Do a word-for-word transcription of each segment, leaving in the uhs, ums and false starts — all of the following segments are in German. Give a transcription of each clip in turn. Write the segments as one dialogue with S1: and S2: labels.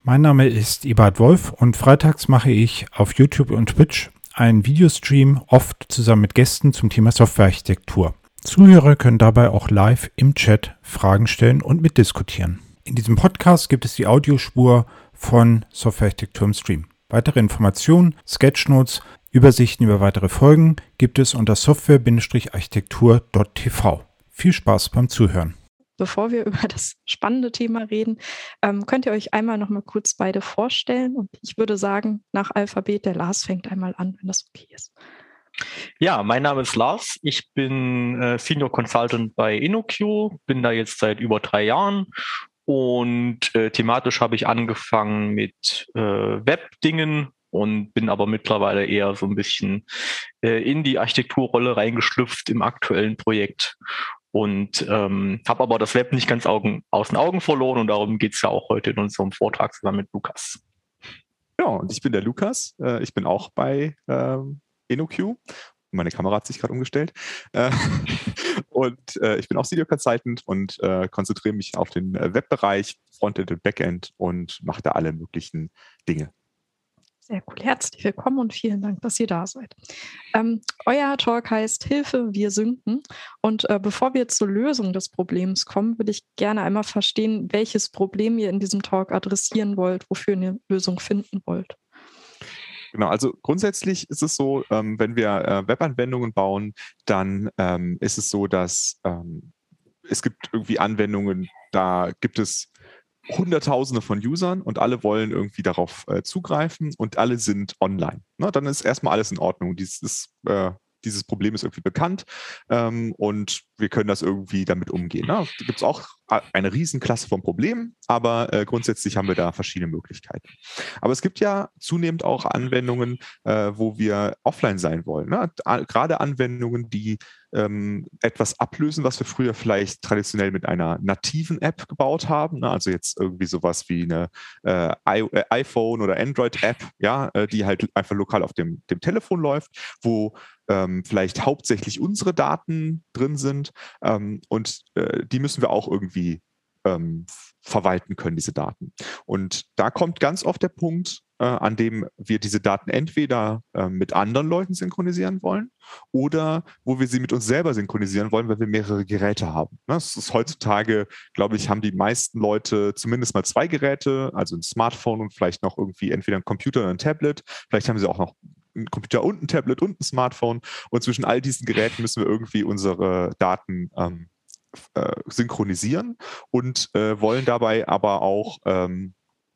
S1: Mein Name ist Eberhard Wolf und freitags mache ich auf YouTube und Twitch einen Videostream, oft zusammen mit Gästen zum Thema Softwarearchitektur. Zuhörer können dabei auch live im Chat Fragen stellen und mitdiskutieren. In diesem Podcast gibt es die Audiospur von Softwarearchitektur im Stream. Weitere Informationen, Sketchnotes, Übersichten über weitere Folgen gibt es unter software-architektur punkt t v. Viel Spaß beim Zuhören.
S2: Bevor wir über das spannende Thema reden, ähm, könnt ihr euch einmal noch mal kurz beide vorstellen. Und ich würde sagen, nach Alphabet, der Lars fängt einmal an, wenn das okay ist.
S3: Ja, mein Name ist Lars. Ich bin äh, Senior Consultant bei InnoQ, bin da jetzt seit über drei Jahren. Und äh, thematisch habe ich angefangen mit äh, Web-Dingen und bin aber mittlerweile eher so ein bisschen äh, in die Architekturrolle reingeschlüpft im aktuellen Projekt. Und ähm, habe aber das Web nicht ganz Augen, aus den Augen verloren und darum geht es ja auch heute in unserem Vortrag zusammen mit Lukas.
S4: Ja, und ich bin der Lukas. Äh, ich bin auch bei ähm, InnoQ. Meine Kamera hat sich gerade umgestellt. Äh, und äh, ich bin auch Senior Consultant und äh, konzentriere mich auf den äh, Webbereich, Frontend und Backend und mache da alle möglichen Dinge.
S2: Sehr cool. Herzlich willkommen und vielen Dank, dass ihr da seid. Ähm, euer Talk heißt Hilfe, wir sinken. Und äh, bevor wir zur Lösung des Problems kommen, würde ich gerne einmal verstehen, welches Problem ihr in diesem Talk adressieren wollt, wofür ihr eine Lösung finden wollt.
S4: Genau, also grundsätzlich ist es so, ähm, wenn wir äh, Webanwendungen bauen, dann ähm, ist es so, dass ähm, es gibt irgendwie Anwendungen, da gibt es Hunderttausende von Usern und alle wollen irgendwie darauf äh, zugreifen und alle sind online. Ne? Dann ist erstmal alles in Ordnung. Dieses, äh, dieses Problem ist irgendwie bekannt ähm, und wir können das irgendwie damit umgehen. Ne? Da gibt es auch eine Riesenklasse von Problemen, aber äh, grundsätzlich haben wir da verschiedene Möglichkeiten. Aber es gibt ja zunehmend auch Anwendungen, äh, wo wir offline sein wollen. Ne? Gerade Anwendungen, die ähm, etwas ablösen, was wir früher vielleicht traditionell mit einer nativen App gebaut haben. Ne? Also jetzt irgendwie sowas wie eine äh, I- äh, iPhone- oder Android-App, ja, äh, die halt einfach lokal auf dem, dem Telefon läuft, wo ähm, vielleicht hauptsächlich unsere Daten drin sind ähm, und äh, die müssen wir auch irgendwie ähm, verwalten können, diese Daten. Und da kommt ganz oft der Punkt, äh, an dem wir diese Daten entweder äh, mit anderen Leuten synchronisieren wollen oder wo wir sie mit uns selber synchronisieren wollen, weil wir mehrere Geräte haben. Ne? Das ist heutzutage, glaube ich, haben die meisten Leute zumindest mal zwei Geräte, also ein Smartphone und vielleicht noch irgendwie entweder ein Computer oder ein Tablet. Vielleicht haben sie auch noch ein Computer und ein Tablet und ein Smartphone. Und zwischen all diesen Geräten müssen wir irgendwie unsere Daten ähm, äh, synchronisieren und äh, wollen dabei aber auch ähm,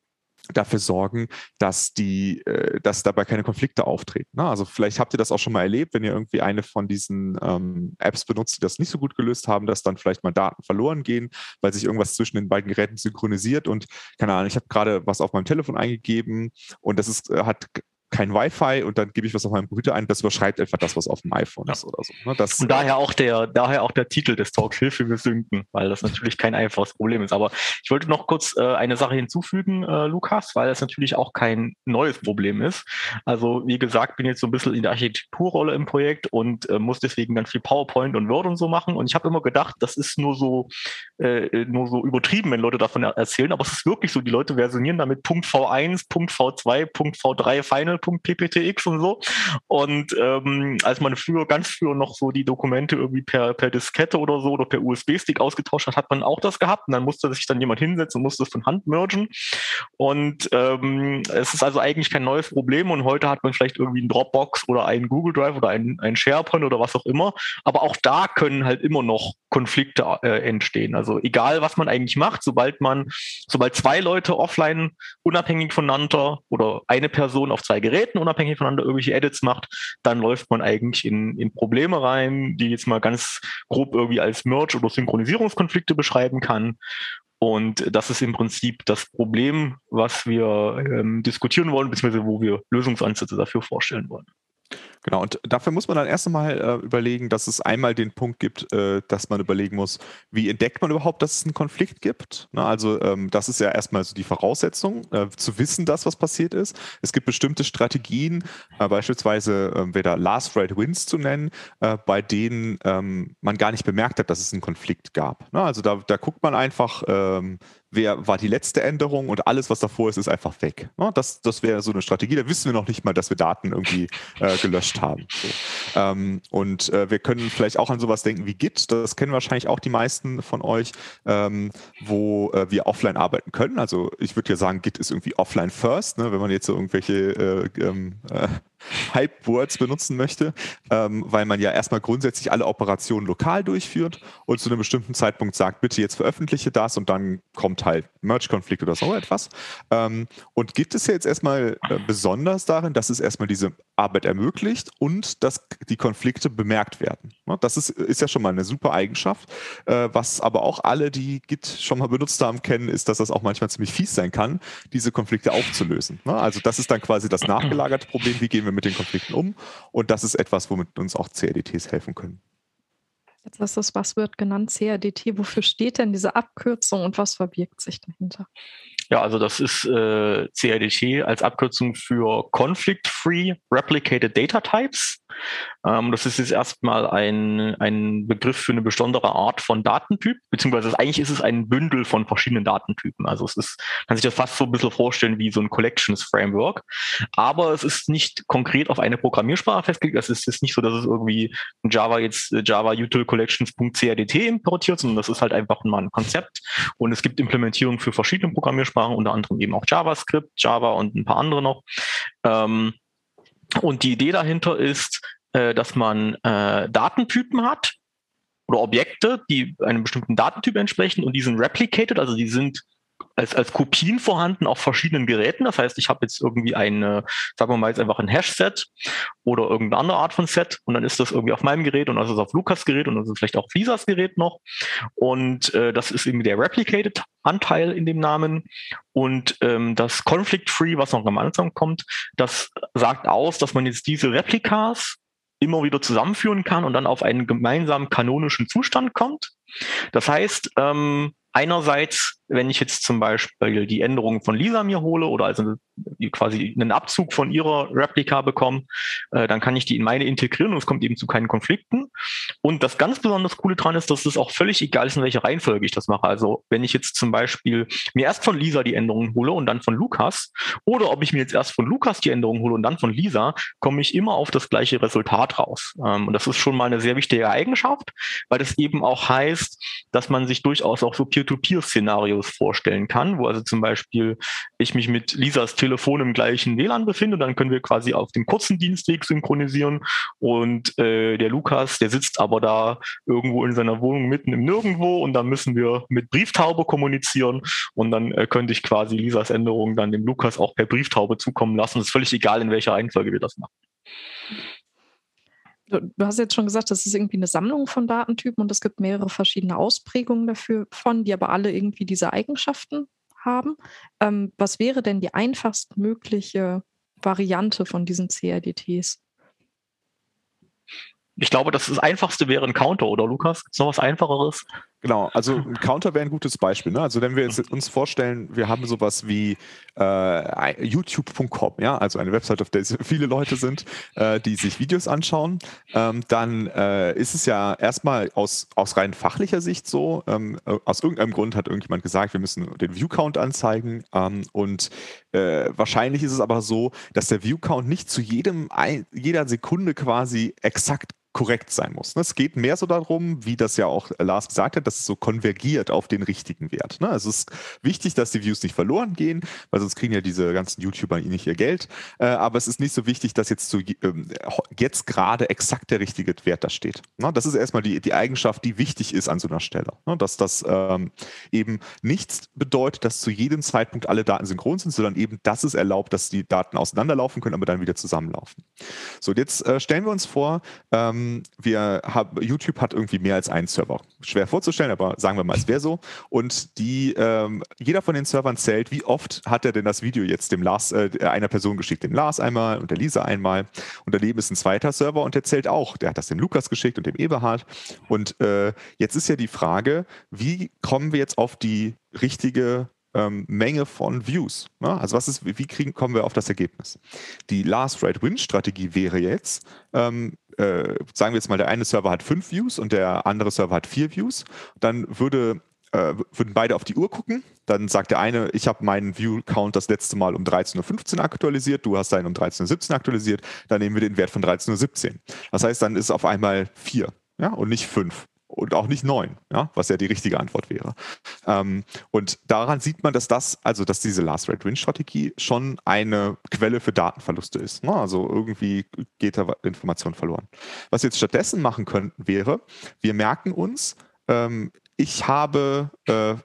S4: dafür sorgen, dass die, äh, dass dabei keine Konflikte auftreten. Ne? Also vielleicht habt ihr das auch schon mal erlebt, wenn ihr irgendwie eine von diesen ähm, Apps benutzt, die das nicht so gut gelöst haben, dass dann vielleicht mal Daten verloren gehen, weil sich irgendwas zwischen den beiden Geräten synchronisiert und keine Ahnung, ich habe gerade was auf meinem Telefon eingegeben und das ist, hat kein Wi-Fi und dann gebe ich was auf meinem Computer ein, das überschreibt etwa das, was auf dem iPhone ist oder so. Ne? Das,
S3: und daher auch der, daher auch der Titel des Talks, Hilfe, wir sinken, weil das natürlich kein einfaches Problem ist. Aber ich wollte noch kurz äh, eine Sache hinzufügen, äh, Lukas, weil das natürlich auch kein neues Problem ist. Also wie gesagt, bin jetzt so ein bisschen in der Architekturrolle im Projekt und äh, muss deswegen ganz viel PowerPoint und Word und so machen. Und ich habe immer gedacht, das ist nur so, äh, nur so übertrieben, wenn Leute davon erzählen. Aber es ist wirklich so, die Leute versionieren damit Punkt V eins, Punkt V zwei, Punkt V drei, Final, P P T X und so. Und ähm, als man früher, ganz früher noch so die Dokumente irgendwie per, per Diskette oder so oder per U S B-Stick ausgetauscht hat, hat man auch das gehabt. Und dann musste sich dann jemand hinsetzen und musste das von Hand mergen. Und ähm, es ist also eigentlich kein neues Problem. Und heute hat man vielleicht irgendwie einen Dropbox oder einen Google Drive oder einen, einen SharePoint oder was auch immer. Aber auch da können halt immer noch Konflikte äh, entstehen. Also egal, was man eigentlich macht, sobald man, sobald zwei Leute offline unabhängig voneinander oder eine Person auf zwei Geräten unabhängig voneinander irgendwelche Edits macht, dann läuft man eigentlich in, in Probleme rein, die jetzt mal ganz grob irgendwie als Merge- oder Synchronisierungskonflikte beschreiben kann. Und das ist im Prinzip das Problem, was wir ähm, diskutieren wollen, beziehungsweise wo wir Lösungsansätze dafür vorstellen wollen.
S4: Genau, und dafür muss man dann erst einmal äh, überlegen, dass es einmal den Punkt gibt, äh, dass man überlegen muss, wie entdeckt man überhaupt, dass es einen Konflikt gibt? Na, also ähm, das ist ja erstmal so die Voraussetzung, äh, zu wissen, dass was passiert ist. Es gibt bestimmte Strategien, äh, beispielsweise äh, wäre da Last Right Wins zu nennen, äh, bei denen ähm, man gar nicht bemerkt hat, dass es einen Konflikt gab. Na, also da, da guckt man einfach, ähm, wer war die letzte Änderung und alles, was davor ist, ist einfach weg. Ja, das das wäre so eine Strategie. Da wissen wir noch nicht mal, dass wir Daten irgendwie äh, gelöscht haben. So. Ähm, und äh, wir können vielleicht auch an sowas denken wie Git. Das kennen wahrscheinlich auch die meisten von euch, ähm, wo äh, wir offline arbeiten können. Also ich würde ja sagen, Git ist irgendwie offline first, ne, wenn man jetzt so irgendwelche äh, ähm, äh, Hype-Words benutzen möchte, ähm, weil man ja erstmal grundsätzlich alle Operationen lokal durchführt und zu einem bestimmten Zeitpunkt sagt, bitte jetzt veröffentliche das und dann kommt halt Merge-Konflikt oder so etwas. Ähm, und gibt es ja jetzt erstmal äh, besonders darin, dass es erstmal diese Arbeit ermöglicht und dass die Konflikte bemerkt werden. Ne? Das ist, ist ja schon mal eine super Eigenschaft. Äh, was aber auch alle, die Git schon mal benutzt haben, kennen, ist, dass das auch manchmal ziemlich fies sein kann, diese Konflikte aufzulösen. Ne? Also das ist dann quasi das nachgelagerte Problem, wie gehen wir mit den Konflikten um, und das ist etwas, womit uns auch C R D Ts helfen können.
S2: Jetzt hast du das Buzzword genannt, C R D T. Wofür steht denn diese Abkürzung und was verbirgt sich dahinter?
S3: Ja, also das ist äh, C R D T als Abkürzung für Conflict-Free Replicated Data Types. Ähm, das ist jetzt erstmal ein, ein Begriff für eine besondere Art von Datentyp, beziehungsweise eigentlich ist es ein Bündel von verschiedenen Datentypen. Also es ist, kann sich das fast so ein bisschen vorstellen wie so ein Collections-Framework. Aber es ist nicht konkret auf eine Programmiersprache festgelegt. Es ist jetzt nicht so, dass es irgendwie in Java jetzt äh, Java util collections.crdt importiert, sondern das ist halt einfach mal ein Konzept. Und es gibt Implementierungen für verschiedene Programmiersprachen, unter anderem eben auch JavaScript, Java und ein paar andere noch. Ähm, und die Idee dahinter ist, äh, dass man äh, Datentypen hat oder Objekte, die einem bestimmten Datentyp entsprechen und die sind replicated, also die sind als, als Kopien vorhanden auf verschiedenen Geräten. Das heißt, ich habe jetzt irgendwie eine, sagen wir mal jetzt einfach ein Hash-Set oder irgendeine andere Art von Set und dann ist das irgendwie auf meinem Gerät und das ist auf Lukas Gerät und das ist vielleicht auch auf Lisas Gerät noch. Und äh, das ist irgendwie der Replicated-Anteil in dem Namen. Und ähm, das Conflict-Free, was noch am Anfang kommt, das sagt aus, dass man jetzt diese Replikas immer wieder zusammenführen kann und dann auf einen gemeinsamen kanonischen Zustand kommt. Das heißt, ähm, einerseits, wenn ich jetzt zum Beispiel die Änderungen von Lisa mir hole oder also quasi einen Abzug von ihrer Replika bekomme, äh, dann kann ich die in meine integrieren und es kommt eben zu keinen Konflikten. Und das ganz besonders Coole dran ist, dass es auch völlig egal ist, in welcher Reihenfolge ich das mache. Also wenn ich jetzt zum Beispiel mir erst von Lisa die Änderungen hole und dann von Lukas oder ob ich mir jetzt erst von Lukas die Änderungen hole und dann von Lisa, komme ich immer auf das gleiche Resultat raus. Ähm, und das ist schon mal eine sehr wichtige Eigenschaft, weil das eben auch heißt, dass man sich durchaus auch so Peer-to-Peer-Szenarios vorstellen kann, wo also zum Beispiel ich mich mit Lisas Telefon im gleichen W L A N befinde, dann können wir quasi auf dem kurzen Dienstweg synchronisieren und äh, der Lukas, der sitzt aber da irgendwo in seiner Wohnung mitten im Nirgendwo und dann müssen wir mit Brieftaube kommunizieren und dann äh, könnte ich quasi Lisas Änderungen dann dem Lukas auch per Brieftaube zukommen lassen. Es ist völlig egal, in welcher Reihenfolge wir das machen.
S2: Du, du hast jetzt schon gesagt, das ist irgendwie eine Sammlung von Datentypen und es gibt mehrere verschiedene Ausprägungen dafür von, die aber alle irgendwie diese Eigenschaften haben. Ähm, was wäre denn die einfachst mögliche Variante von diesen C R D Ts?
S3: Ich glaube, das, das Einfachste wäre ein Counter, oder Lukas? Gibt es noch was Einfacheres?
S4: Genau, also ein Counter wäre ein gutes Beispiel. Ne? Also wenn wir jetzt uns vorstellen, wir haben sowas wie äh, YouTube Punkt com, ja, also eine Website, auf der viele Leute sind, äh, die sich Videos anschauen, ähm, dann äh, ist es ja erstmal aus, aus rein fachlicher Sicht so, ähm, aus irgendeinem Grund hat irgendjemand gesagt, wir müssen den View-Count anzeigen ähm, und äh, wahrscheinlich ist es aber so, dass der View-Count nicht zu jedem, jeder Sekunde quasi exakt korrekt sein muss. Es geht mehr so darum, wie das ja auch Lars gesagt hat, dass es so konvergiert auf den richtigen Wert. Also es ist wichtig, dass die Views nicht verloren gehen, weil sonst kriegen ja diese ganzen YouTuber nicht ihr Geld. Aber es ist nicht so wichtig, dass jetzt, zu, jetzt gerade exakt der richtige Wert da steht. Das ist erstmal die, die Eigenschaft, die wichtig ist an so einer Stelle. Dass das eben nichts bedeutet, dass zu jedem Zeitpunkt alle Daten synchron sind, sondern eben, dass es erlaubt, dass die Daten auseinanderlaufen können, aber dann wieder zusammenlaufen. So, jetzt stellen wir uns vor, wir haben, YouTube hat irgendwie mehr als einen Server. Schwer vorzustellen, aber sagen wir mal, es wäre so. Und die, ähm, jeder von den Servern zählt, wie oft hat er denn das Video jetzt dem Lars, äh, einer Person geschickt, dem Lars einmal und der Lisa einmal. Und daneben ist ein zweiter Server und der zählt auch. Der hat das dem Lukas geschickt und dem Eberhard. Und äh, jetzt ist ja die Frage, wie kommen wir jetzt auf die richtige Ähm, Menge von Views. Ne? Also was ist, wie kriegen, kommen wir auf das Ergebnis? Die Last-Right-Win-Strategie wäre jetzt, ähm, äh, sagen wir jetzt mal, der eine Server hat fünf Views und der andere Server hat vier Views. Dann würde äh, würden beide auf die Uhr gucken. Dann sagt der eine, ich habe meinen View-Count das letzte Mal um dreizehn Uhr fünfzehn aktualisiert, du hast deinen um dreizehn Uhr siebzehn aktualisiert, dann nehmen wir den Wert von dreizehn Uhr siebzehn. Das heißt, dann ist es auf einmal vier, ja, und nicht fünf. Und auch nicht neun, ja, was ja die richtige Antwort wäre. Ähm, und daran sieht man, dass das, also dass diese Last-Rate-Win-Strategie schon eine Quelle für Datenverluste ist. Ne? Also irgendwie geht da Information verloren. Was wir jetzt stattdessen machen könnten, wäre, wir merken uns, ähm, ich habe äh,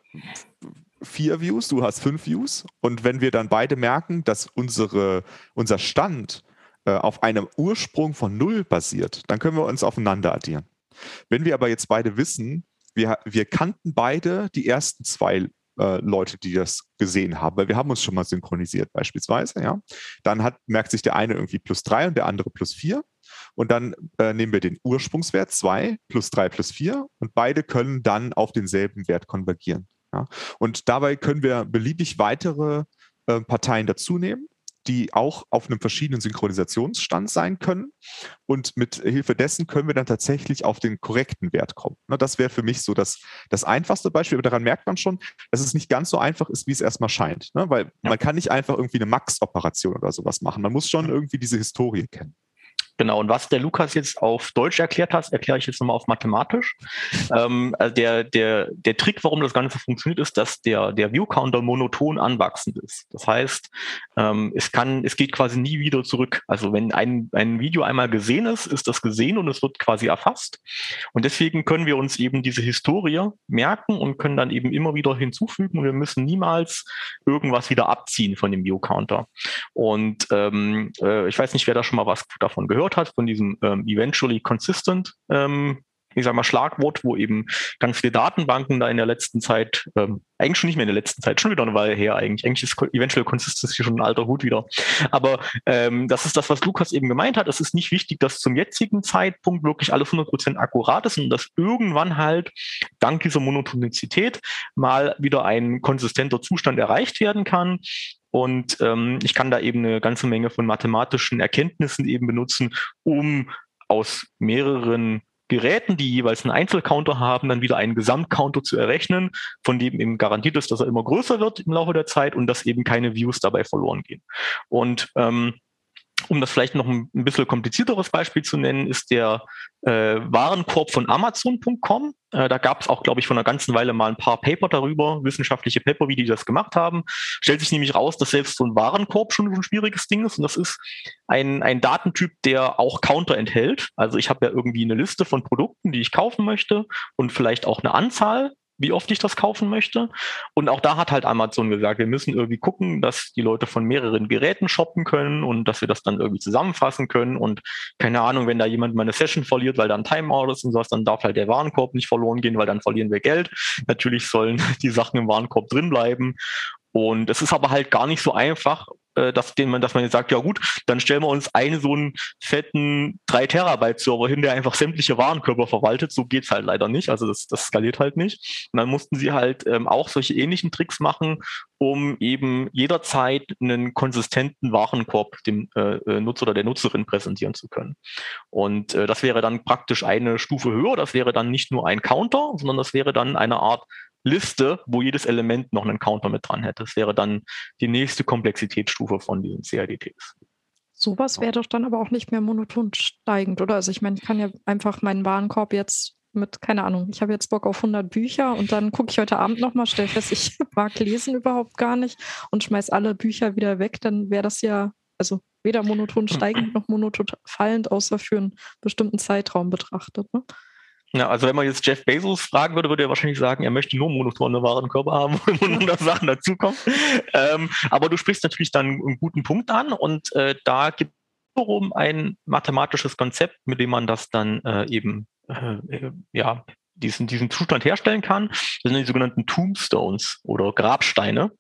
S4: vier Views, du hast fünf Views. Und wenn wir dann beide merken, dass unsere, unser Stand äh, auf einem Ursprung von null basiert, dann können wir uns aufeinander addieren. Wenn wir aber jetzt beide wissen, wir, wir kannten beide die ersten zwei äh, Leute, die das gesehen haben, weil wir haben uns schon mal synchronisiert beispielsweise, ja, dann hat, merkt sich der eine irgendwie plus drei und der andere plus vier und dann äh, nehmen wir den Ursprungswert zwei plus drei plus vier und beide können dann auf denselben Wert konvergieren. Ja. Und dabei können wir beliebig weitere äh, Parteien dazu nehmen, die auch auf einem verschiedenen Synchronisationsstand sein können. Und mit Hilfe dessen können wir dann tatsächlich auf den korrekten Wert kommen. Das wäre für mich so das, das einfachste Beispiel. Aber daran merkt man schon, dass es nicht ganz so einfach ist, wie es erstmal scheint. Weil ja. man kann nicht einfach irgendwie eine Max-Operation oder sowas machen. Man muss schon irgendwie diese Historie kennen.
S3: Genau, und was der Lukas jetzt auf Deutsch erklärt hat, erkläre ich jetzt nochmal auf Mathematisch. ähm, also der, der, der Trick, warum das Ganze funktioniert, ist, dass der, der View-Counter monoton anwachsend ist. Das heißt, ähm, es kann, es geht quasi nie wieder zurück. Also wenn ein, ein Video einmal gesehen ist, ist das gesehen und es wird quasi erfasst. Und deswegen können wir uns eben diese Historie merken und können dann eben immer wieder hinzufügen und wir müssen niemals irgendwas wieder abziehen von dem View-Counter. Und ähm, äh, ich weiß nicht, wer da schon mal was davon gehört hat, von diesem ähm, eventually consistent, ähm, ich sag mal Schlagwort, wo eben ganz viele Datenbanken da in der letzten Zeit, ähm, eigentlich schon nicht mehr in der letzten Zeit, schon wieder eine Weile her eigentlich, eigentlich ist eventual consistency schon ein alter Hut wieder, aber ähm, das ist das, was Lukas eben gemeint hat, es ist nicht wichtig, dass zum jetzigen Zeitpunkt wirklich alles hundert Prozent akkurat ist und dass irgendwann halt dank dieser Monotonizität mal wieder ein konsistenter Zustand erreicht werden kann. Und ähm, ich kann da eben eine ganze Menge von mathematischen Erkenntnissen eben benutzen, um aus mehreren Geräten, die jeweils einen Einzelcounter haben, dann wieder einen Gesamtcounter zu errechnen, von dem eben garantiert ist, dass er immer größer wird im Laufe der Zeit und dass eben keine Views dabei verloren gehen. Und ähm, um das vielleicht noch ein, ein bisschen komplizierteres Beispiel zu nennen, ist der äh, Warenkorb von Amazon Punkt com. Äh, da gab es auch, glaube ich, vor einer ganzen Weile mal ein paar Paper darüber, wissenschaftliche Paper, wie die das gemacht haben. Stellt sich nämlich raus, dass selbst so ein Warenkorb schon ein schwieriges Ding ist. Und das ist ein, ein Datentyp, der auch Counter enthält. Also ich habe ja irgendwie eine Liste von Produkten, die ich kaufen möchte und vielleicht auch eine Anzahl, wie oft ich das kaufen möchte. Und auch da hat halt Amazon gesagt, wir müssen irgendwie gucken, dass die Leute von mehreren Geräten shoppen können und dass wir das dann irgendwie zusammenfassen können. Und keine Ahnung, wenn da jemand mal eine Session verliert, weil da ein Timeout ist und sowas, dann darf halt der Warenkorb nicht verloren gehen, weil dann verlieren wir Geld. Natürlich sollen die Sachen im Warenkorb drin bleiben. Und es ist aber halt gar nicht so einfach, dass, den man, dass man jetzt sagt, ja gut, dann stellen wir uns einen so einen fetten drei Terabyte Server hin, der einfach sämtliche Warenkörper verwaltet. So geht's halt leider nicht. Also das, das skaliert halt nicht. Und dann mussten sie halt ähm, auch solche ähnlichen Tricks machen, um eben jederzeit einen konsistenten Warenkorb dem äh, Nutzer oder der Nutzerin präsentieren zu können. Und äh, das wäre dann praktisch eine Stufe höher. Das wäre dann nicht nur ein Counter, sondern das wäre dann eine Art Liste, wo jedes Element noch einen Counter mit dran hätte. Das wäre dann die nächste Komplexitätsstufe von diesen C I D Ts.
S2: Sowas wäre doch dann aber auch nicht mehr monoton steigend, oder? Also ich meine, ich kann ja einfach meinen Warenkorb jetzt mit, keine Ahnung, ich habe jetzt Bock auf hundert Bücher und dann gucke ich heute Abend nochmal, stelle fest, ich mag Lesen überhaupt gar nicht und schmeiß alle Bücher wieder weg, dann wäre das ja, also weder monoton steigend noch monoton fallend, außer für einen bestimmten Zeitraum betrachtet, ne?
S3: Ja, also wenn man jetzt Jeff Bezos fragen würde, würde er wahrscheinlich sagen, er möchte nur monotone Warenkörper haben, wo hundert Sachen dazukommen. Ähm, aber du sprichst natürlich dann einen guten Punkt an und äh, da gibt es wiederum ein mathematisches Konzept, mit dem man das dann äh, eben äh, ja diesen, diesen Zustand herstellen kann. Das sind die sogenannten Tombstones oder Grabsteine.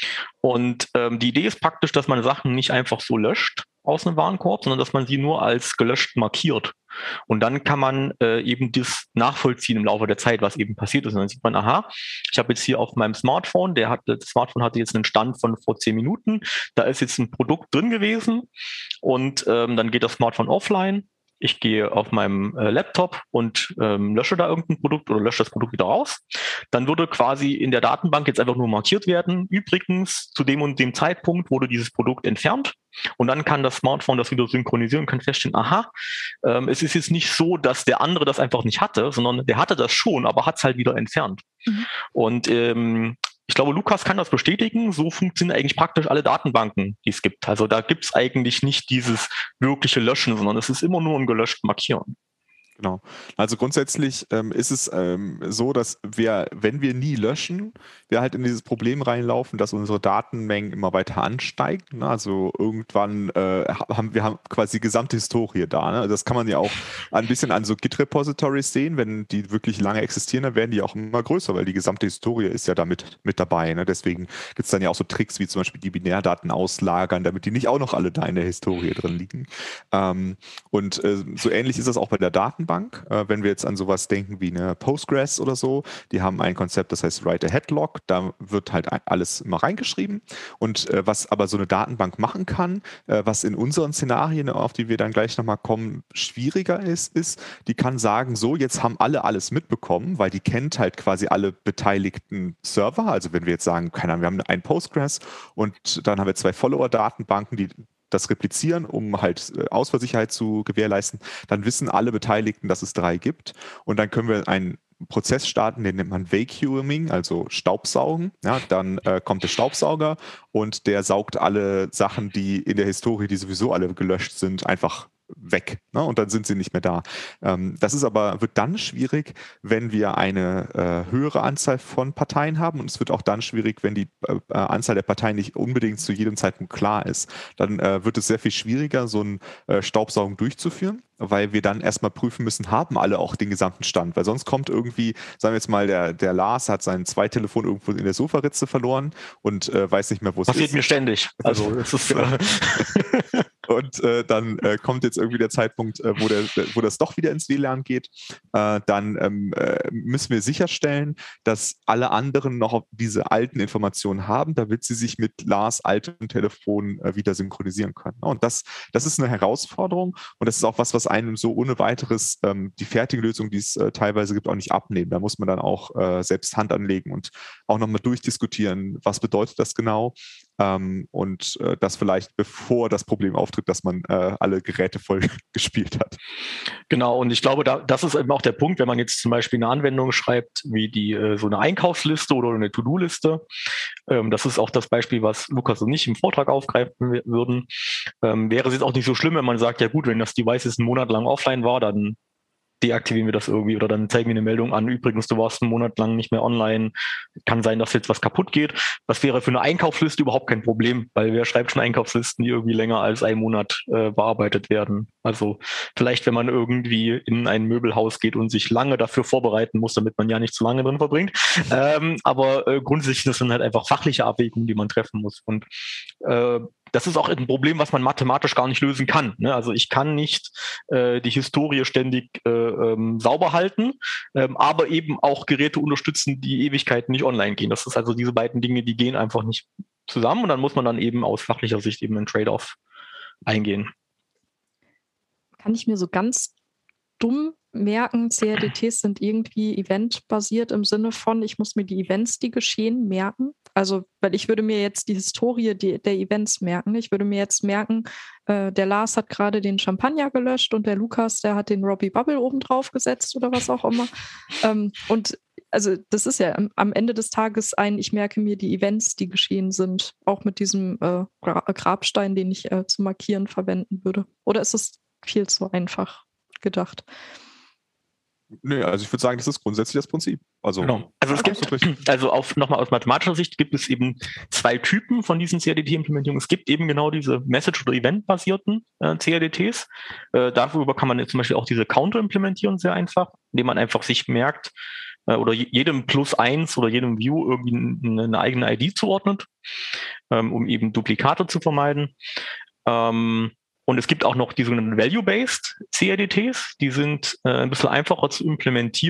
S3: Und ähm, die Idee ist praktisch, dass man Sachen nicht einfach so löscht aus einem Warenkorb, sondern dass man sie nur als gelöscht markiert. Und dann kann man äh, eben das nachvollziehen im Laufe der Zeit, was eben passiert ist. Und dann sieht man, aha, ich habe jetzt hier auf meinem Smartphone, der hat, das Smartphone hatte jetzt einen Stand von vor zehn Minuten, da ist jetzt ein Produkt drin gewesen und ähm, dann geht das Smartphone offline ich gehe auf meinem äh, Laptop und ähm, lösche da irgendein Produkt oder lösche das Produkt wieder raus. Dann würde quasi in der Datenbank jetzt einfach nur markiert werden, übrigens zu dem und dem Zeitpunkt wurde dieses Produkt entfernt. Und dann kann das Smartphone das wieder synchronisieren und kann feststellen, aha, ähm, es ist jetzt nicht so, dass der andere das einfach nicht hatte, sondern der hatte das schon, aber hat es halt wieder entfernt. Mhm. Und ähm, ich glaube, Lukas kann das bestätigen. So funktionieren eigentlich praktisch alle Datenbanken, die es gibt. Also da gibt es eigentlich nicht dieses wirkliche Löschen, sondern es ist immer nur ein gelöscht Markieren.
S4: Genau. Also grundsätzlich ähm, ist es ähm, so, dass wir, wenn wir nie löschen, wir halt in dieses Problem reinlaufen, dass unsere Datenmengen immer weiter ansteigen. Ne? Also irgendwann äh, haben wir haben quasi die gesamte Historie da. Ne? Das kann man ja auch ein bisschen an so Git-Repositories sehen. Wenn die wirklich lange existieren, dann werden die auch immer größer, weil die gesamte Historie ist ja damit mit dabei. Ne? Deswegen gibt es dann ja auch so Tricks, wie zum Beispiel die Binärdaten auslagern, damit die nicht auch noch alle da in der Historie drin liegen. Ähm, und äh, so ähnlich ist das auch bei der Datenbank. Bank, äh, wenn wir jetzt an sowas denken wie eine Postgres oder so, die haben ein Konzept, das heißt Write-Ahead-Log, da wird halt alles immer reingeschrieben und äh, was aber so eine Datenbank machen kann, äh, was in unseren Szenarien, auf die wir dann gleich nochmal kommen, schwieriger ist, ist, die kann sagen, so, jetzt haben alle alles mitbekommen, weil die kennt halt quasi alle beteiligten Server, also wenn wir jetzt sagen, keine Ahnung, wir haben ein Postgres und dann haben wir zwei Follower-Datenbanken, die das replizieren, um halt Ausfallsicherheit zu gewährleisten, dann wissen alle Beteiligten, dass es drei gibt und dann können wir einen Prozess starten, den nennt man Vacuuming, also Staubsaugen. Ja, dann äh, kommt der Staubsauger und der saugt alle Sachen, die in der Historie, die sowieso alle gelöscht sind, einfach weg, ne? Und dann sind sie nicht mehr da. Ähm, das ist aber, wird dann schwierig, wenn wir eine äh, höhere Anzahl von Parteien haben und es wird auch dann schwierig, wenn die äh, Anzahl der Parteien nicht unbedingt zu jedem Zeitpunkt klar ist. Dann äh, wird es sehr viel schwieriger, so ein äh, Staubsaugen durchzuführen, weil wir dann erstmal prüfen müssen, haben alle auch den gesamten Stand, weil sonst kommt irgendwie, sagen wir jetzt mal, der, der Lars hat sein Zweittelefon irgendwo in der Sofaritze verloren und äh, weiß nicht mehr, wo es ist.
S3: Passiert mir ständig. Also es ist
S4: äh und äh, dann äh, kommt jetzt irgendwie der Zeitpunkt, äh, wo, der, wo das doch wieder ins W L A N geht. Äh, dann ähm, äh, müssen wir sicherstellen, dass alle anderen noch diese alten Informationen haben, damit sie sich mit Lars altem Telefon äh, wieder synchronisieren können. Und das, das ist eine Herausforderung und das ist auch was, was einem so ohne weiteres ähm, die fertige Lösung, die es äh, teilweise gibt, auch nicht abnehmen. Da muss man dann auch äh, selbst Hand anlegen und auch nochmal durchdiskutieren, was bedeutet das genau ähm, und äh, das vielleicht bevor das Problem auftritt, dass man äh, alle Geräte voll gespielt hat.
S3: Genau, und ich glaube, da, das ist eben auch der Punkt, wenn man jetzt zum Beispiel eine Anwendung schreibt, wie die äh, so eine Einkaufsliste oder eine To-Do-Liste. Ähm, das ist auch das Beispiel, was Lukas und ich im Vortrag aufgreifen würden. Ähm, wäre es jetzt auch nicht so schlimm, wenn man sagt, ja gut, wenn das Device jetzt einen Monat lang offline war, dann deaktivieren wir das irgendwie oder dann zeigen wir eine Meldung an, übrigens, du warst einen Monat lang nicht mehr online, kann sein, dass jetzt was kaputt geht. Das wäre für eine Einkaufsliste überhaupt kein Problem, weil wer schreibt schon Einkaufslisten, die irgendwie länger als einen Monat äh, bearbeitet werden. Also vielleicht, wenn man irgendwie in ein Möbelhaus geht und sich lange dafür vorbereiten muss, damit man ja nicht zu lange drin verbringt. Ähm, aber äh, grundsätzlich das sind halt einfach fachliche Abwägungen, die man treffen muss. Und äh, das ist auch ein Problem, was man mathematisch gar nicht lösen kann. Ne? Also ich kann nicht äh, die Historie ständig äh, ähm, sauber halten, ähm, aber eben auch Geräte unterstützen, die Ewigkeiten nicht online gehen. Das ist also diese beiden Dinge, die gehen einfach nicht zusammen und dann muss man dann eben aus fachlicher Sicht eben einen Trade-off eingehen.
S2: Kann ich mir so ganz dumm merken, C R D Ts sind irgendwie eventbasiert im Sinne von, ich muss mir die Events, die geschehen, merken. Also, weil ich würde mir jetzt die Historie die, der Events merken. Ich würde mir jetzt merken, äh, der Lars hat gerade den Champagner gelöscht und der Lukas, der hat den Robbie Bubble oben drauf gesetzt oder was auch immer. ähm, und also das ist ja am Ende des Tages ein, ich merke mir die Events, die geschehen sind, auch mit diesem äh, Gra- Grabstein, den ich äh, zu markieren verwenden würde. Oder ist es viel zu einfach gedacht?
S4: Nö, also ich würde sagen, das ist grundsätzlich das Prinzip. Also,
S3: genau. Also es gibt, also auf, nochmal aus mathematischer Sicht gibt es eben zwei Typen von diesen C R D T-Implementierungen. Es gibt eben genau diese Message- oder Event-basierten äh, C R D Ts. Äh, darüber kann man jetzt zum Beispiel auch diese Counter implementieren, sehr einfach, indem man einfach sich merkt, äh, oder jedem Plus eins oder jedem View irgendwie eine, eine eigene I D zuordnet, ähm, um eben Duplikate zu vermeiden. Ähm, Und es gibt auch noch die sogenannten Value-Based C R D Ts, die sind äh, ein bisschen einfacher zu implementieren.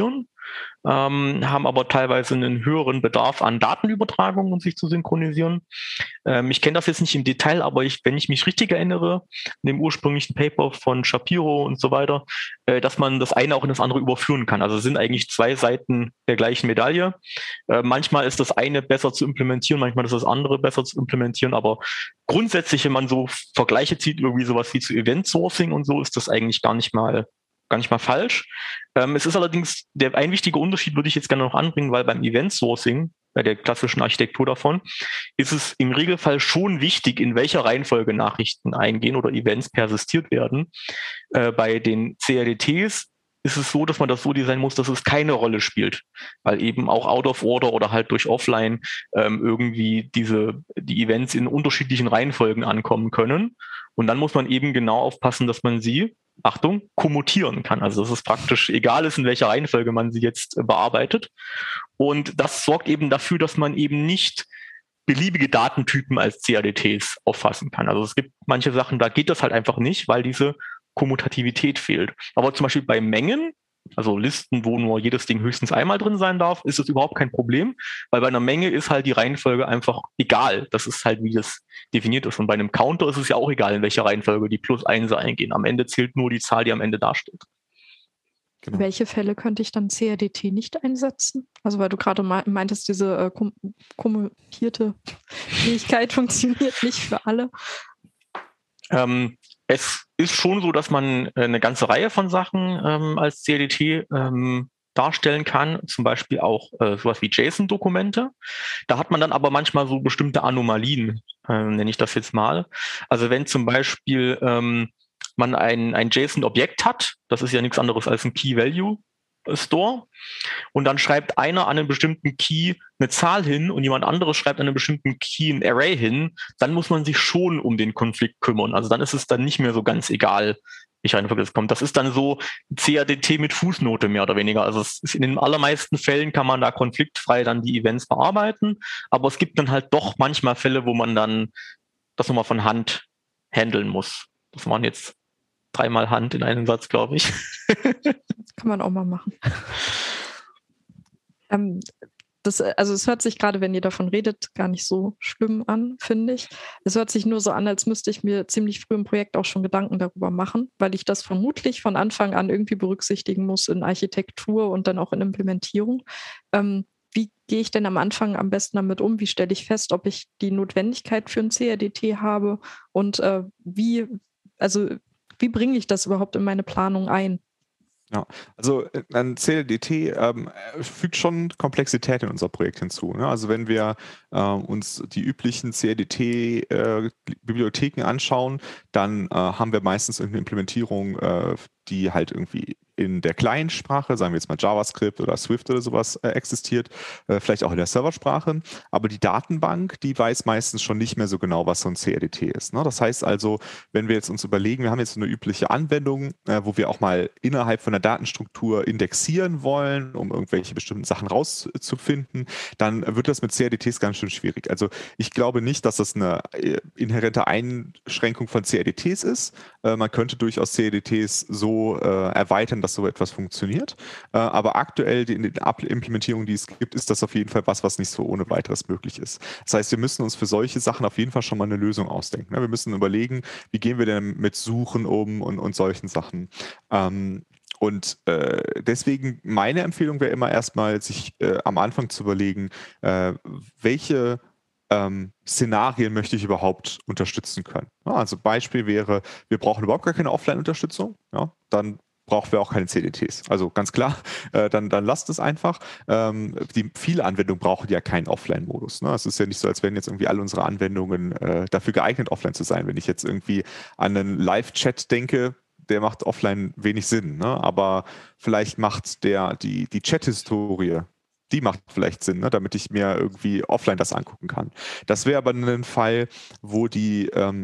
S3: ähm, haben aber teilweise einen höheren Bedarf an Datenübertragung, um sich zu synchronisieren. Ähm, ich kenne das jetzt nicht im Detail, aber ich, wenn ich mich richtig erinnere, in dem ursprünglichen Paper von Shapiro und so weiter, äh, dass man das eine auch in das andere überführen kann. Also es sind eigentlich zwei Seiten der gleichen Medaille. Äh, manchmal ist das eine besser zu implementieren, manchmal ist das andere besser zu implementieren, aber grundsätzlich, wenn man so Vergleiche zieht, irgendwie sowas wie zu Event Sourcing und so, ist das eigentlich gar nicht mal gar nicht mal falsch. Ähm, es ist allerdings, der ein wichtiger Unterschied würde ich jetzt gerne noch anbringen, weil beim Event Sourcing, bei der klassischen Architektur davon, ist es im Regelfall schon wichtig, in welcher Reihenfolge Nachrichten eingehen oder Events persistiert werden. Äh, bei den C R D Ts ist es so, dass man das so designen muss, dass es keine Rolle spielt, weil eben auch out of order oder halt durch offline ähm, irgendwie diese die Events in unterschiedlichen Reihenfolgen ankommen können. Und dann muss man eben genau aufpassen, dass man sie, Achtung, kommutieren kann. Also dass es praktisch egal ist, in welcher Reihenfolge man sie jetzt äh, bearbeitet. Und das sorgt eben dafür, dass man eben nicht beliebige Datentypen als C R D Ts auffassen kann. Also es gibt manche Sachen, da geht das halt einfach nicht, weil diese Kommutativität fehlt. Aber zum Beispiel bei Mengen, also Listen, wo nur jedes Ding höchstens einmal drin sein darf, ist das überhaupt kein Problem, weil bei einer Menge ist halt die Reihenfolge einfach egal. Das ist halt, wie das definiert ist. Und bei einem Counter ist es ja auch egal, in welcher Reihenfolge die Plus-Einser eingehen. Am Ende zählt nur die Zahl, die am Ende dasteht.
S2: Genau. Welche Fälle könnte ich dann C R D T nicht einsetzen? Also weil du gerade meintest, diese äh, kom- kommutierte Fähigkeit funktioniert nicht für alle.
S3: Ähm, es ist schon so, dass man eine ganze Reihe von Sachen ähm, als C R D T ähm, darstellen kann, zum Beispiel auch äh, sowas wie JSON-Dokumente. Da hat man dann aber manchmal so bestimmte Anomalien, äh, nenne ich das jetzt mal. Also wenn zum Beispiel ähm, man ein, ein JSON-Objekt hat, das ist ja nichts anderes als ein Key-Value-Store, und dann schreibt einer an einem bestimmten Key eine Zahl hin und jemand anderes schreibt an einem bestimmten Key ein Array hin, dann muss man sich schon um den Konflikt kümmern. Also dann ist es dann nicht mehr so ganz egal, welche Reihenfolge es kommt. Das ist dann so C R D T mit Fußnote mehr oder weniger. Also es ist in den allermeisten Fällen kann man da konfliktfrei dann die Events bearbeiten, aber es gibt dann halt doch manchmal Fälle, wo man dann das nochmal von Hand handeln muss. Das waren jetzt dreimal Hand in einem Satz, glaube ich.
S2: Kann man auch mal machen. ähm, das, also es hört sich gerade, wenn ihr davon redet, gar nicht so schlimm an, finde ich. Es hört sich nur so an, als müsste ich mir ziemlich früh im Projekt auch schon Gedanken darüber machen, weil ich das vermutlich von Anfang an irgendwie berücksichtigen muss in Architektur und dann auch in Implementierung. Ähm, wie gehe ich denn am Anfang am besten damit um? Wie stelle ich fest, ob ich die Notwendigkeit für ein C R D T habe und äh, wie, also wie bringe ich das überhaupt in meine Planung ein?
S4: Ja, also ein C R D T ähm, fügt schon Komplexität in unser Projekt hinzu. Ne? Also wenn wir äh, uns die üblichen C R D T-Bibliotheken äh, anschauen, dann äh, haben wir meistens eine Implementierung, äh, die halt irgendwie in der Client-Sprache, sagen wir jetzt mal JavaScript oder Swift oder sowas, äh, existiert, äh, vielleicht auch in der Serversprache. Aber die Datenbank, die weiß meistens schon nicht mehr so genau, was so ein C R D T ist. Ne? Das heißt also, wenn wir jetzt uns überlegen, wir haben jetzt so eine übliche Anwendung, äh, wo wir auch mal innerhalb von der Datenstruktur indexieren wollen, um irgendwelche bestimmten Sachen rauszufinden, dann wird das mit C R D Ts ganz schön schwierig. Also ich glaube nicht, dass das eine äh, inhärente Einschränkung von C R D Ts ist. Äh, man könnte durchaus C R D Ts so äh, erweitern, dass so etwas funktioniert. Äh, aber aktuell die, in den Implementierungen, die es gibt, ist das auf jeden Fall was, was nicht so ohne weiteres möglich ist. Das heißt, wir müssen uns für solche Sachen auf jeden Fall schon mal eine Lösung ausdenken. Ne? Wir müssen überlegen, wie gehen wir denn mit Suchen um und, und solchen Sachen. Ähm, Und äh, deswegen meine Empfehlung wäre immer erstmal, sich äh, am Anfang zu überlegen, äh, welche ähm, Szenarien möchte ich überhaupt unterstützen können. Ja, also Beispiel wäre, wir brauchen überhaupt gar keine Offline-Unterstützung. Ja, dann brauchen wir auch keine C D Ts. Also ganz klar, äh, dann, dann lasst es einfach. Ähm, die viele Anwendungen brauchen ja keinen Offline-Modus. Ne? Es ist ja nicht so, als wären jetzt irgendwie alle unsere Anwendungen äh, dafür geeignet, offline zu sein. Wenn ich jetzt irgendwie an einen Live-Chat denke, der macht offline wenig Sinn, ne? Aber vielleicht macht der die, die Chat-Historie, die macht vielleicht Sinn, ne? Damit ich mir irgendwie offline das angucken kann. Das wäre aber ein Fall, wo die ähm,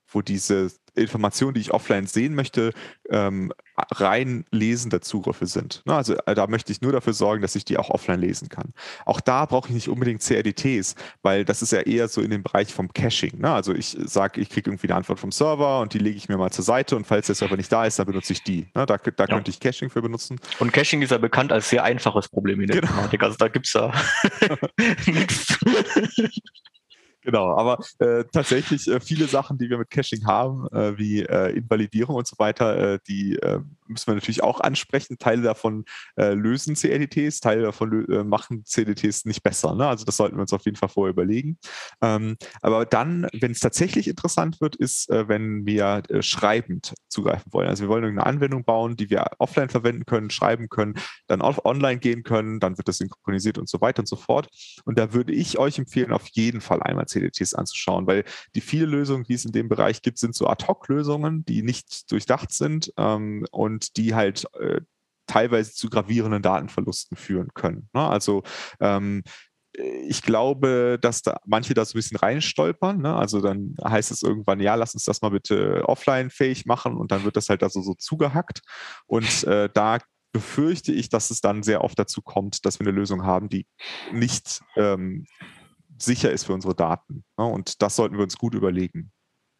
S4: wo diese Informationen, die ich offline sehen möchte, ähm, rein lesender Zugriffe sind. Ne? Also äh, da möchte ich nur dafür sorgen, dass ich die auch offline lesen kann. Auch da brauche ich nicht unbedingt C R D Ts, weil das ist ja eher so in dem Bereich vom Caching. Ne? Also ich sage, ich kriege irgendwie eine Antwort vom Server und die lege ich mir mal zur Seite und falls der Server nicht da ist, dann benutze ich die. Ne? Da, da
S3: Ja.
S4: könnte ich Caching für benutzen.
S3: Und Caching ist ja bekannt als sehr einfaches Problem in der
S4: Genau.
S3: Informatik. Also da gibt es ja nichts.
S4: Genau, aber äh, tatsächlich äh, viele Sachen, die wir mit Caching haben, äh, wie äh, Invalidierung und so weiter, äh, die äh, müssen wir natürlich auch ansprechen. Teile davon äh, lösen C R D Ts, Teile davon äh, machen C R D Ts nicht besser. Ne? Also das sollten wir uns auf jeden Fall vorher überlegen. Ähm, aber dann, wenn es tatsächlich interessant wird, ist, äh, wenn wir äh, schreibend zugreifen wollen. Also wir wollen eine Anwendung bauen, die wir offline verwenden können, schreiben können, dann auf online gehen können, dann wird das synchronisiert und so weiter und so fort. Und da würde ich euch empfehlen, auf jeden Fall einmal C R D Ts anzuschauen, weil die viele Lösungen, die es in dem Bereich gibt, sind so Ad-Hoc-Lösungen, die nicht durchdacht sind ähm, und die halt äh, teilweise zu gravierenden Datenverlusten führen können. Ne? Also ähm, ich glaube, dass da manche da so ein bisschen reinstolpern. Ne? Also dann heißt es irgendwann, ja, lass uns das mal bitte offline fähig machen und dann wird das halt also so zugehackt. Und äh, da befürchte ich, dass es dann sehr oft dazu kommt, dass wir eine Lösung haben, die nicht ähm, sicher ist für unsere Daten. Ne? Und das sollten wir uns gut überlegen.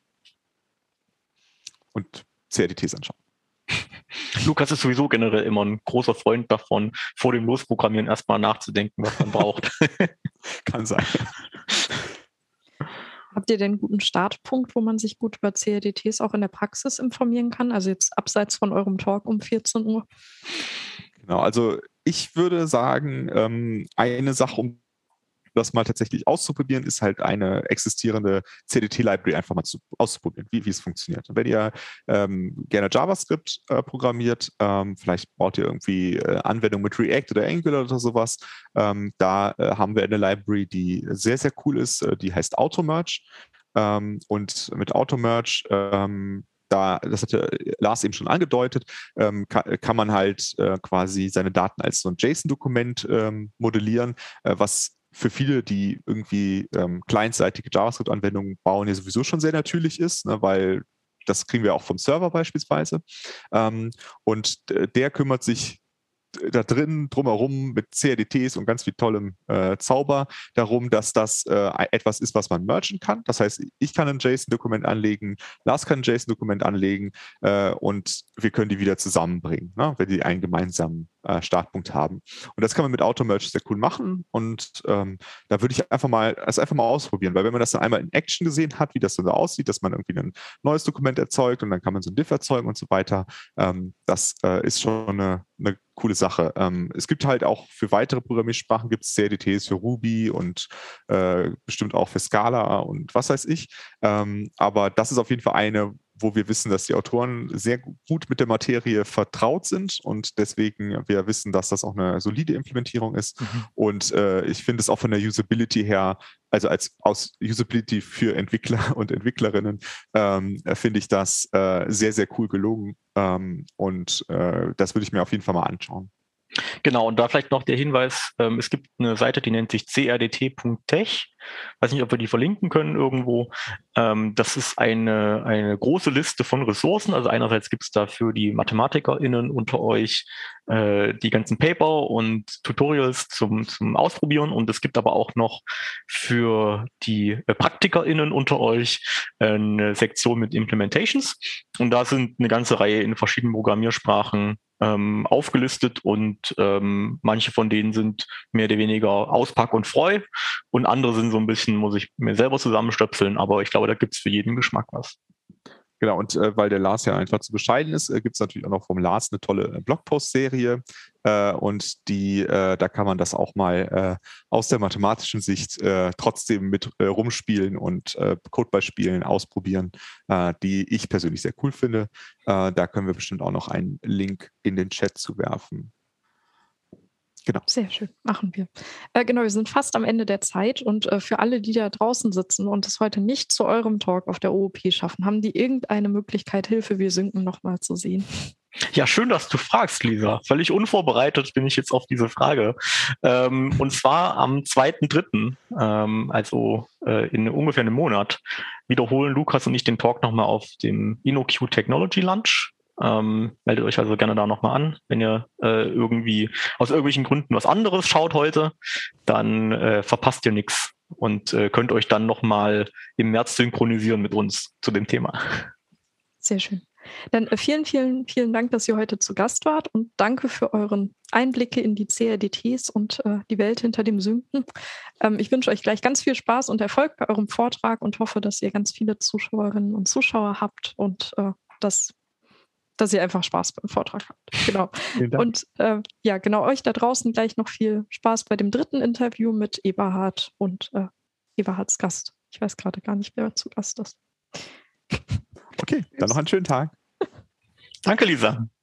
S4: Und C R D Ts anschauen.
S3: Lukas ist sowieso generell immer ein großer Freund davon, vor dem Losprogrammieren erstmal nachzudenken, was man braucht.
S4: Kann sein.
S2: Habt ihr denn einen guten Startpunkt, wo man sich gut über C R D Ts auch in der Praxis informieren kann? Also jetzt abseits von eurem Talk um vierzehn Uhr?
S4: Genau, also ich würde sagen, ähm, eine Sache, um das mal tatsächlich auszuprobieren, ist halt eine existierende C D T-Library einfach mal zu, auszuprobieren, wie, wie es funktioniert. Und wenn ihr ähm, gerne JavaScript äh, programmiert, ähm, vielleicht baut ihr irgendwie äh, Anwendungen mit React oder Angular oder sowas, ähm, da äh, haben wir eine Library, die sehr, sehr cool ist, äh, die heißt Automerge. Ähm, und mit Automerge ähm, Da, das hatte Lars eben schon angedeutet, ähm, kann, kann man halt äh, quasi seine Daten als so ein JSON-Dokument ähm, modellieren, äh, was für viele, die irgendwie ähm, clientseitige JavaScript-Anwendungen bauen, ja sowieso schon sehr natürlich ist, ne, weil das kriegen wir auch vom Server beispielsweise. Ähm, und äh, der kümmert sich da drin drumherum mit C R D Ts und ganz viel tollem äh, Zauber darum, dass das äh, etwas ist, was man mergen kann. Das heißt, ich kann ein JSON-Dokument anlegen, Lars kann ein JSON-Dokument anlegen äh, und wir können die wieder zusammenbringen, ne, wenn die einen gemeinsamen äh, Startpunkt haben. Und das kann man mit Automerge sehr cool machen und ähm, da würde ich einfach mal das einfach mal ausprobieren, weil wenn man das dann einmal in Action gesehen hat, wie das so aussieht, dass man irgendwie ein neues Dokument erzeugt und dann kann man so ein Diff erzeugen und so weiter, ähm, das äh, ist schon eine, eine coole Sache. Ähm, es gibt halt auch für weitere Programmiersprachen gibt es C R D Ts für Ruby und äh, bestimmt auch für Scala und was weiß ich. Ähm, aber das ist auf jeden Fall eine, wo wir wissen, dass die Autoren sehr gut mit der Materie vertraut sind und deswegen wir wissen, dass das auch eine solide Implementierung ist. Mhm. Und äh, ich finde es auch von der Usability her, also als aus Usability für Entwickler und Entwicklerinnen, ähm, finde ich das äh, sehr, sehr cool gelungen. Ähm, und äh, das würde ich mir auf jeden Fall mal anschauen.
S3: Genau, und da vielleicht noch der Hinweis, ähm, es gibt eine Seite, die nennt sich c r d t punkt tech. Weiß nicht, ob wir die verlinken können irgendwo. Ähm, das ist eine, eine große Liste von Ressourcen. Also einerseits gibt es da für die MathematikerInnen unter euch äh, die ganzen Paper und Tutorials zum, zum Ausprobieren. Und es gibt aber auch noch für die äh, PraktikerInnen unter euch äh, eine Sektion mit Implementations. Und da sind eine ganze Reihe in verschiedenen Programmiersprachen Ähm, aufgelistet und ähm, manche von denen sind mehr oder weniger Auspack und Freu und andere sind so ein bisschen, muss ich mir selber zusammenstöpseln, aber ich glaube, da gibt es für jeden Geschmack was.
S4: Genau, und äh, weil der Lars ja einfach zu bescheiden ist, äh, gibt es natürlich auch noch vom Lars eine tolle Blogpost-Serie äh, und die, äh, da kann man das auch mal äh, aus der mathematischen Sicht äh, trotzdem mit äh, rumspielen und äh, Codebeispielen ausprobieren, äh, die ich persönlich sehr cool finde. Äh, da können wir bestimmt auch noch einen Link in den Chat zu werfen. Genau.
S2: Sehr schön, machen wir. Äh, genau, wir sind fast am Ende der Zeit und äh, für alle, die da draußen sitzen und es heute nicht zu eurem Talk auf der O O P schaffen, haben die irgendeine Möglichkeit, Hilfe, wir sinken nochmal zu sehen?
S3: Ja, schön, dass du fragst, Lisa. Völlig unvorbereitet bin ich jetzt auf diese Frage. Ähm, und zwar am zweiten dritten, ähm, also äh, in ungefähr einem Monat, wiederholen Lukas und ich den Talk nochmal auf dem InnoQ Technology Lunch. Ähm, meldet euch also gerne da nochmal an. Wenn ihr äh, irgendwie aus irgendwelchen Gründen was anderes schaut heute, dann äh, verpasst ihr nichts und äh, könnt euch dann nochmal im März synchronisieren mit uns zu dem Thema.
S2: Sehr schön. Dann äh, vielen, vielen, vielen Dank, dass ihr heute zu Gast wart und danke für euren Einblicke in die C R D Ts und äh, die Welt hinter dem Synken. Ähm, ich wünsche euch gleich ganz viel Spaß und Erfolg bei eurem Vortrag und hoffe, dass ihr ganz viele Zuschauerinnen und Zuschauer habt und äh, dass, dass ihr einfach Spaß beim Vortrag habt. Genau. Und äh, ja, genau, euch da draußen gleich noch viel Spaß bei dem dritten Interview mit Eberhard und äh, Eberhards Gast. Ich weiß gerade gar nicht, wer zu Gast ist.
S4: Okay, dann noch einen schönen Tag.
S3: Danke, Lisa.